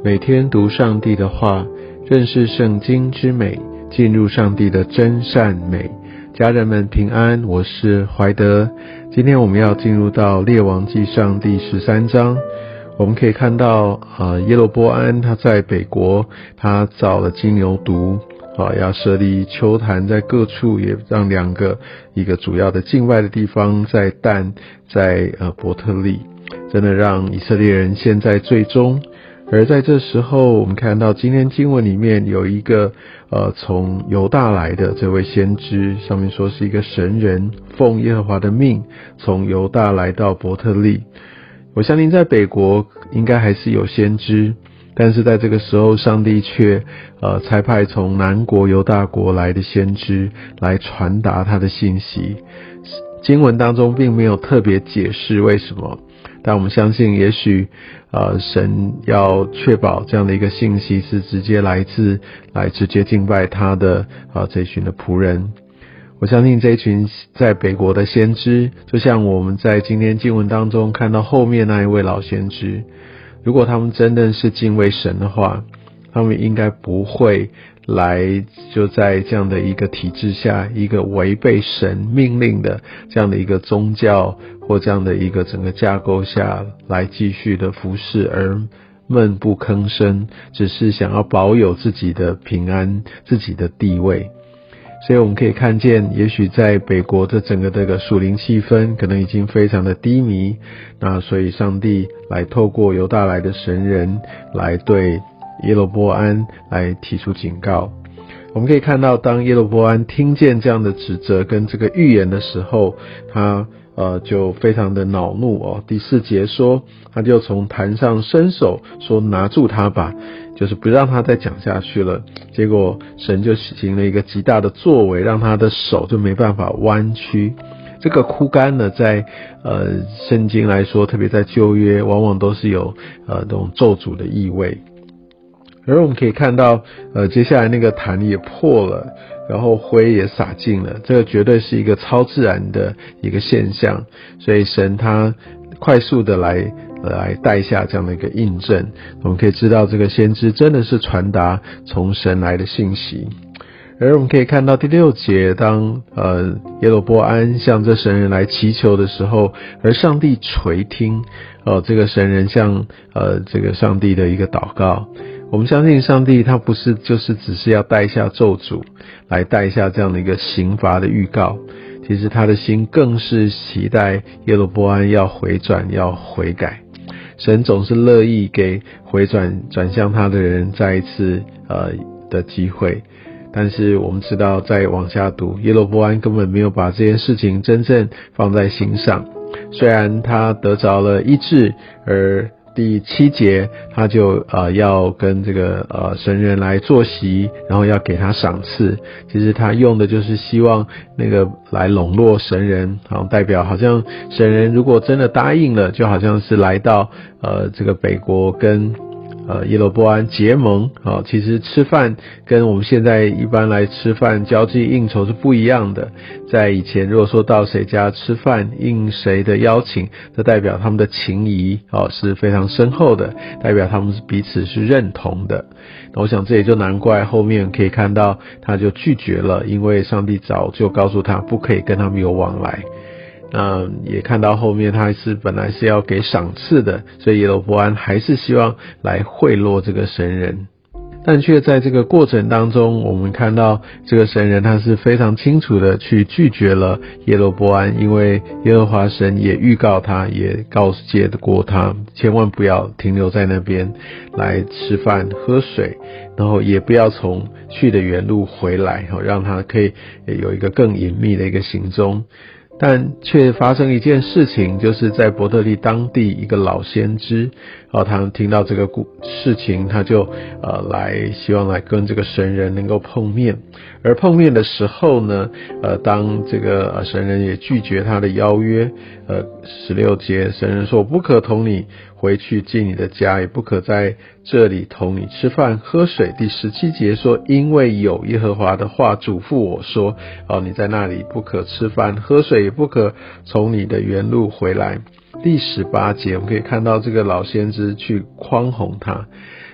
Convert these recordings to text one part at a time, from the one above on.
每天读上帝的话，认识圣经之美，进入上帝的真善美。家人们平安，我是怀德。今天我们要进入到列王纪上第13章。我们可以看到耶罗波安他在北国，他造了金牛犊，要设立丘坛在各处，也让一个主要的敬拜的地方在但，在伯特利，真的让以色列人陷在罪中。而在这时候，我们看到今天经文里面有一个从犹大来的这位先知，上面说是一个神人，奉耶和华的命从犹大来到伯特利。我相信在北国应该还是有先知，但是在这个时候，上帝却差派从南国犹大国来的先知来传达他的信息。经文当中并没有特别解释为什么，但我们相信也许神要确保这样的一个信息是直接来直接敬拜他的这群的仆人。我相信这一群在北国的先知，就像我们在今天经文当中看到后面那一位老先知，如果他们真的是敬畏神的话，他们应该不会来就在这样的一个体制下，一个违背神命令的这样的一个宗教或这样的一个整个架构下来继续的服侍而闷不吭声，只是想要保有自己的平安，自己的地位。所以我们可以看见，也许在北国的整个这个属灵气氛可能已经非常的低迷，那所以上帝来透过犹大来的神人来对耶罗波安来提出警告。我们可以看到，当耶罗波安听见这样的指责跟这个预言的时候，他就非常的恼怒第4节说，他就从坛上伸手说，拿住他吧，就是不让他再讲下去了。结果神就行了一个极大的作为，让他的手就没办法弯曲。这个枯干呢，在圣经来说，特别在旧约，往往都是有这种咒诅的意味。而我们可以看到接下来那个坛也破了，然后灰也洒尽了，这个绝对是一个超自然的一个现象。所以神他快速的来带下这样的一个印证，我们可以知道这个先知真的是传达从神来的信息。而我们可以看到第6节，当耶罗波安向这神人来祈求的时候，而上帝垂听这个神人向这个上帝的一个祷告。我们相信上帝他不是就是只是要带下咒诅，来带下这样的一个刑罚的预告，其实他的心更是期待耶罗波安要回转，要悔改。神总是乐意给转向他的人再一次的机会。但是我们知道再往下读，耶罗波安根本没有把这件事情真正放在心上。虽然他得着了医治，而第7节他就要跟这个神人来坐席，然后要给他赏赐。其实他用的就是希望那个来笼络神人，代表好像神人如果真的答应了，就好像是来到这个北国跟耶罗波安结盟。其实吃饭跟我们现在一般来吃饭交际应酬是不一样的。在以前如果说到谁家吃饭，应谁的邀请，这代表他们的情谊是非常深厚的，代表他们彼此是认同的。那我想这也就难怪后面可以看到他就拒绝了，因为上帝早就告诉他不可以跟他们有往来。也看到后面他本来是要给赏赐的，所以耶罗波安还是希望来贿赂这个神人。但却在这个过程当中，我们看到这个神人他是非常清楚的去拒绝了耶罗波安，因为耶和华神也预告他，也告诫过他，千万不要停留在那边来吃饭喝水，然后也不要从去的原路回来，让他可以有一个更隐秘的一个行踪。但却发生一件事情，就是在伯特利当地一个老先知他听到这个事情，他就希望来跟这个神人能够碰面。而碰面的时候呢，当这个神人也拒绝他的邀约，16节神人说，我不可同你回去进你的家，也不可在这里同你吃饭喝水。第17节说，因为有耶和华的话嘱咐我说，你在那里不可吃饭喝水，也不可从你的原路回来。第18节我们可以看到这个老先知去诓哄他，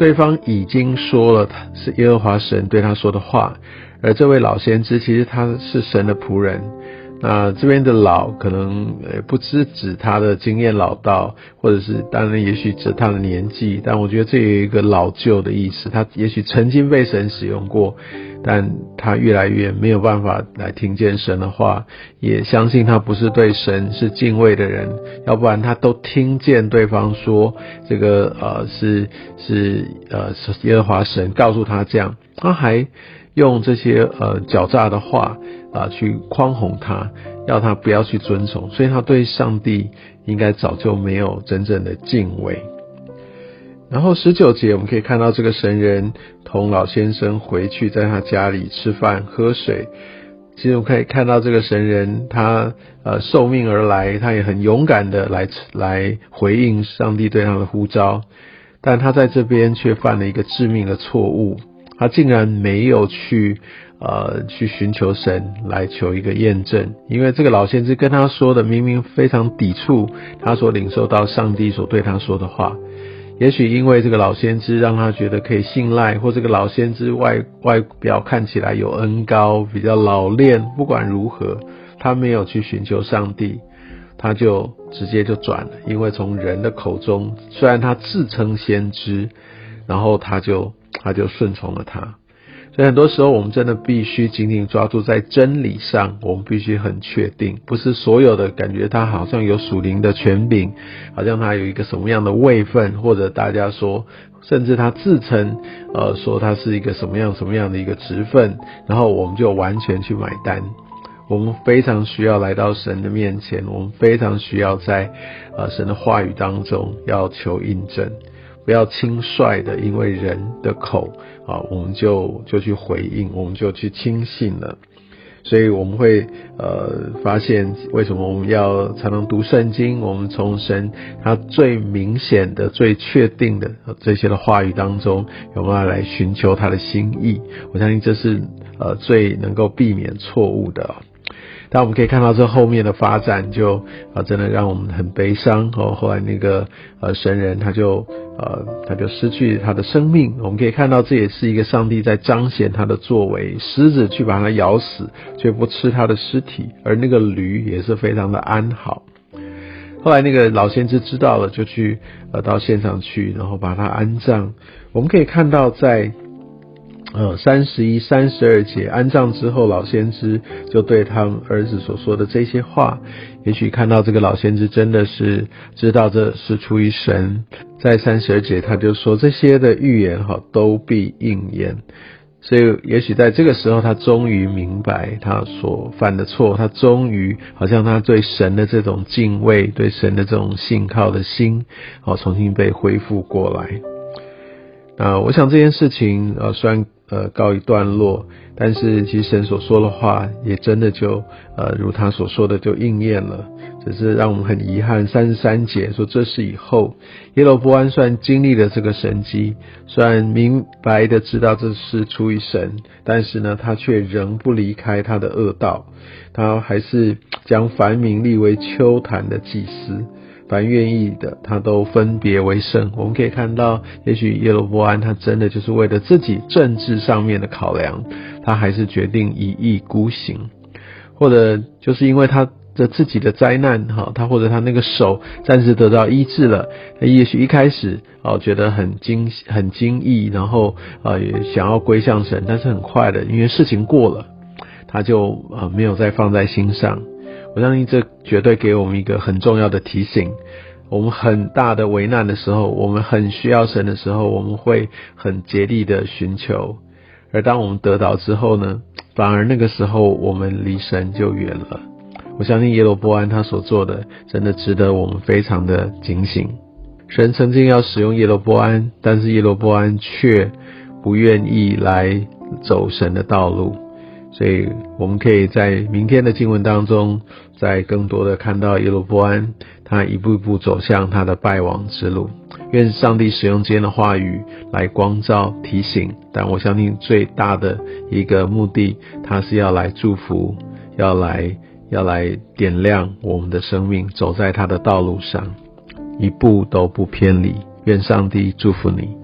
对方已经说了是耶和华神对他说的话，而这位老先知其实他是神的仆人。那这边的老可能不是指他的经验老道，或者是当然也许指他的年纪，但我觉得这有一个老旧的意思，他也许曾经被神使用过，但他越来越没有办法来听见神的话，也相信他不是对神是敬畏的人，要不然他都听见对方说这个是耶和华神告诉他这样，他还用这些狡诈的话去诓哄他，要他不要去遵从，所以他对上帝应该早就没有真正的敬畏。然后19节我们可以看到这个神人同老先生回去，在他家里吃饭喝水。其实我们可以看到这个神人他受命而来，他也很勇敢的来回应上帝对他的呼召，但他在这边却犯了一个致命的错误，他竟然没有去寻求神来求一个验证，因为这个老先知跟他说的明明非常抵触他所领受到上帝所对他说的话。也许因为这个老先知让他觉得可以信赖，或这个老先知外表看起来有恩膏，比较老练，不管如何他没有去寻求上帝，他就直接就转了，因为从人的口中，虽然他自称先知，然后他就顺从了他。所以很多时候我们真的必须紧紧抓住在真理上，我们必须很确定，不是所有的感觉他好像有属灵的权柄，好像他有一个什么样的位分，或者大家说甚至他自称说他是一个什么样的一个职分，然后我们就完全去买单。我们非常需要来到神的面前，我们非常需要在神的话语当中要求印证，不要轻率的因为人的口我们就去回应，我们就去轻信了。所以我们会发现为什么我们要常常读圣经，我们从神他最明显的最确定的这些的话语当中有没有来寻求他的心意，我相信这是最能够避免错误的。但我们可以看到这后面的发展就真的让我们很悲伤后来那个神人他就失去他的生命。我们可以看到这也是一个上帝在彰显他的作为，狮子去把他咬死却不吃他的尸体，而那个驴也是非常的安好。后来那个老先知知道了，就去到现场去，然后把他安葬。我们可以看到在31、32节安葬之后，老先知就对他们儿子所说的这些话，也许看到这个老先知真的是知道这是出于神。在32节他就说这些的预言都必应验。所以也许在这个时候他终于明白他所犯的错，他终于好像他对神的这种敬畏，对神的这种信靠的心重新被恢复过来。我想这件事情虽然告一段落，但是其实神所说的话也真的就如他所说的就应验了。只是让我们很遗憾，33节说这是以后耶罗波安虽然经历了这个神迹，虽然明白的知道这是出于神，但是呢他却仍不离开他的恶道，他还是将凡民立为丘坛的祭司，凡愿意的他都分别为圣。我们可以看到也许耶罗波安他真的就是为了自己政治上面的考量，他还是决定一意孤行，或者就是因为他的自己的灾难他或者他那个手暂时得到医治了，他也许一开始觉得很惊异，然后也想要归向神，但是很快的因为事情过了，他就没有再放在心上。我相信这绝对给我们一个很重要的提醒，我们很大的危难的时候，我们很需要神的时候，我们会很竭力的寻求，而当我们得到之后呢，反而那个时候我们离神就远了。我相信耶罗波安他所做的真的值得我们非常的警醒。神曾经要使用耶罗波安，但是耶罗波安却不愿意来走神的道路。所以我们可以在明天的经文当中再更多的看到耶罗波安他一步一步走向他的败亡之路。愿上帝使用今天的话语来光照提醒，但我相信最大的一个目的，他是要来祝福，要来点亮我们的生命，走在他的道路上，一步都不偏离。愿上帝祝福你。